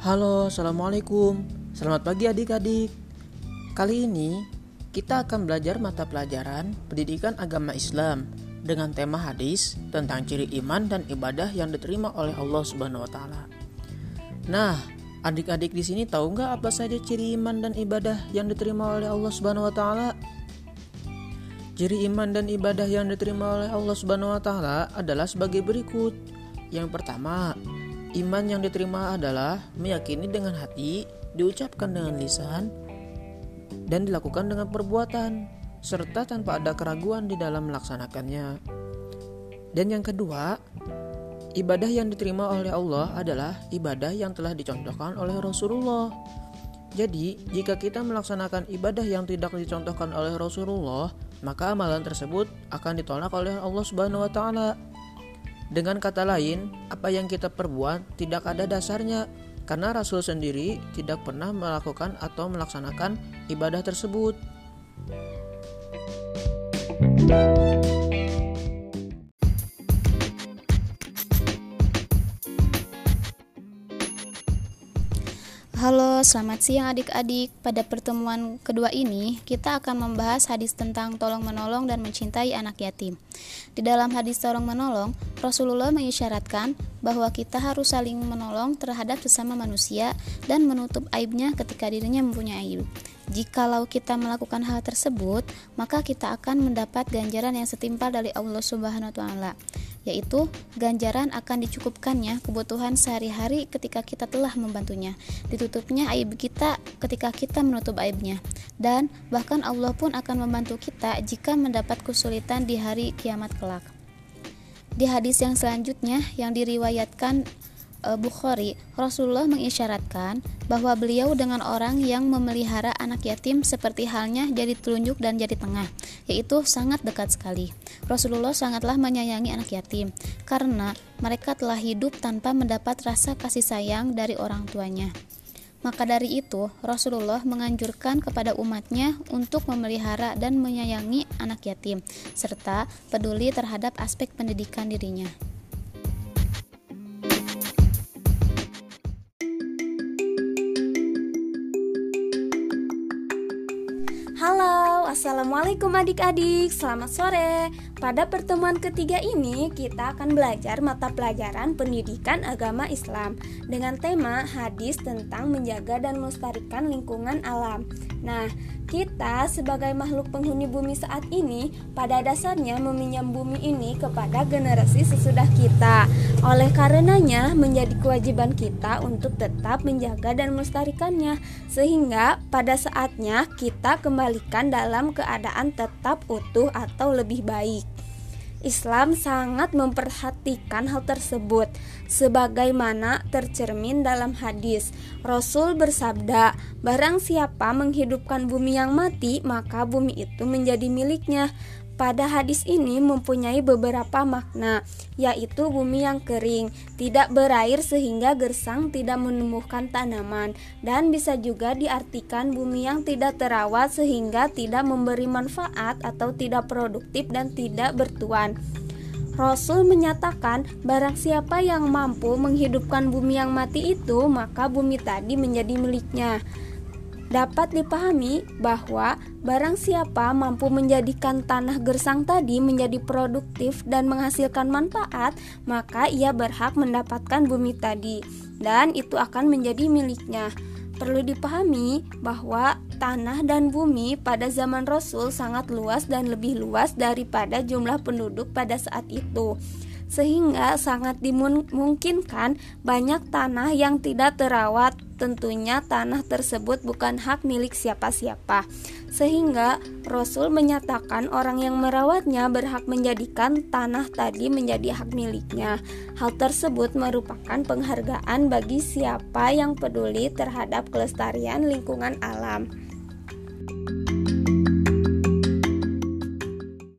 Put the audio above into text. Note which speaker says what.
Speaker 1: Halo, Assalamualaikum. Selamat pagi adik-adik. Kali ini kita akan belajar mata pelajaran Pendidikan Agama Islam dengan tema hadis tentang ciri iman dan ibadah yang diterima oleh Allah Subhanahu wa taala. Nah, adik-adik di sini tahu nggak apa saja ciri iman dan ibadah yang diterima oleh Allah Subhanahu wa taala? Ciri iman dan ibadah yang diterima oleh Allah Subhanahu wa taala adalah sebagai berikut. Yang pertama, iman yang diterima adalah meyakini dengan hati, diucapkan dengan lisan, dan dilakukan dengan perbuatan, serta tanpa ada keraguan di dalam melaksanakannya. Dan yang kedua, ibadah yang diterima oleh Allah adalah ibadah yang telah dicontohkan oleh Rasulullah. Jadi, jika kita melaksanakan ibadah yang tidak dicontohkan oleh Rasulullah, maka amalan tersebut akan ditolak oleh Allah Subhanahu wa taala. Dengan kata lain, apa yang kita perbuat tidak ada dasarnya, karena Rasul sendiri tidak pernah melakukan atau melaksanakan ibadah tersebut.
Speaker 2: Halo, selamat siang adik-adik. Pada pertemuan kedua ini, kita akan membahas hadis tentang tolong-menolong dan mencintai anak yatim. Di dalam hadis tolong-menolong, Rasulullah mengisyaratkan bahwa kita harus saling menolong terhadap sesama manusia dan menutup aibnya ketika dirinya mempunyai aib. Jikalau kita melakukan hal tersebut, maka kita akan mendapat ganjaran yang setimpal dari Allah Subhanahu wa taala, yaitu ganjaran akan dicukupkannya kebutuhan sehari-hari ketika kita telah membantunya, ditutupnya aib kita ketika kita menutup aibnya, dan bahkan Allah pun akan membantu kita jika mendapat kesulitan di hari kiamat kelak. Di hadis yang selanjutnya yang diriwayatkan Bukhari, Rasulullah mengisyaratkan bahwa beliau dengan orang yang memelihara anak yatim seperti halnya jari telunjuk dan jari tengah, yaitu sangat dekat sekali. Rasulullah sangatlah menyayangi anak yatim karena mereka telah hidup tanpa mendapat rasa kasih sayang dari orang tuanya. Maka dari itu, Rasulullah menganjurkan kepada umatnya untuk memelihara dan menyayangi anak yatim, serta peduli terhadap aspek pendidikan dirinya.
Speaker 3: Halo, assalamualaikum adik-adik, selamat sore. Pada pertemuan ketiga ini kita akan belajar mata pelajaran Pendidikan Agama Islam dengan tema hadis tentang menjaga dan melestarikan lingkungan alam. Nah, kita sebagai makhluk penghuni bumi saat ini pada dasarnya meminjam bumi ini kepada generasi sesudah kita. Oleh karenanya menjadi kewajiban kita untuk tetap menjaga dan melestarikannya, sehingga pada saatnya kita kembalikan dalam keadaan tetap utuh atau lebih baik. Islam sangat memperhatikan hal tersebut, sebagaimana tercermin dalam hadis. Rasul bersabda, barang siapa menghidupkan bumi yang mati, maka bumi itu menjadi miliknya. Pada hadis ini mempunyai beberapa makna, yaitu bumi yang kering, tidak berair sehingga gersang tidak menumbuhkan tanaman, dan bisa juga diartikan bumi yang tidak terawat sehingga tidak memberi manfaat atau tidak produktif dan tidak bertuan. Rasul menyatakan barang siapa yang mampu menghidupkan bumi yang mati itu, maka bumi tadi menjadi miliknya. Dapat dipahami bahwa barang siapa mampu menjadikan tanah gersang tadi menjadi produktif dan menghasilkan manfaat, maka ia berhak mendapatkan bumi tadi, dan itu akan menjadi miliknya. Perlu dipahami bahwa tanah dan bumi pada zaman Rasul sangat luas dan lebih luas daripada jumlah penduduk pada saat itu, sehingga sangat dimungkinkan banyak tanah yang tidak terawat. Tentunya tanah tersebut bukan hak milik siapa-siapa, sehingga Rasul menyatakan orang yang merawatnya berhak menjadikan tanah tadi menjadi hak miliknya. Hal tersebut merupakan penghargaan bagi siapa yang peduli terhadap kelestarian lingkungan alam.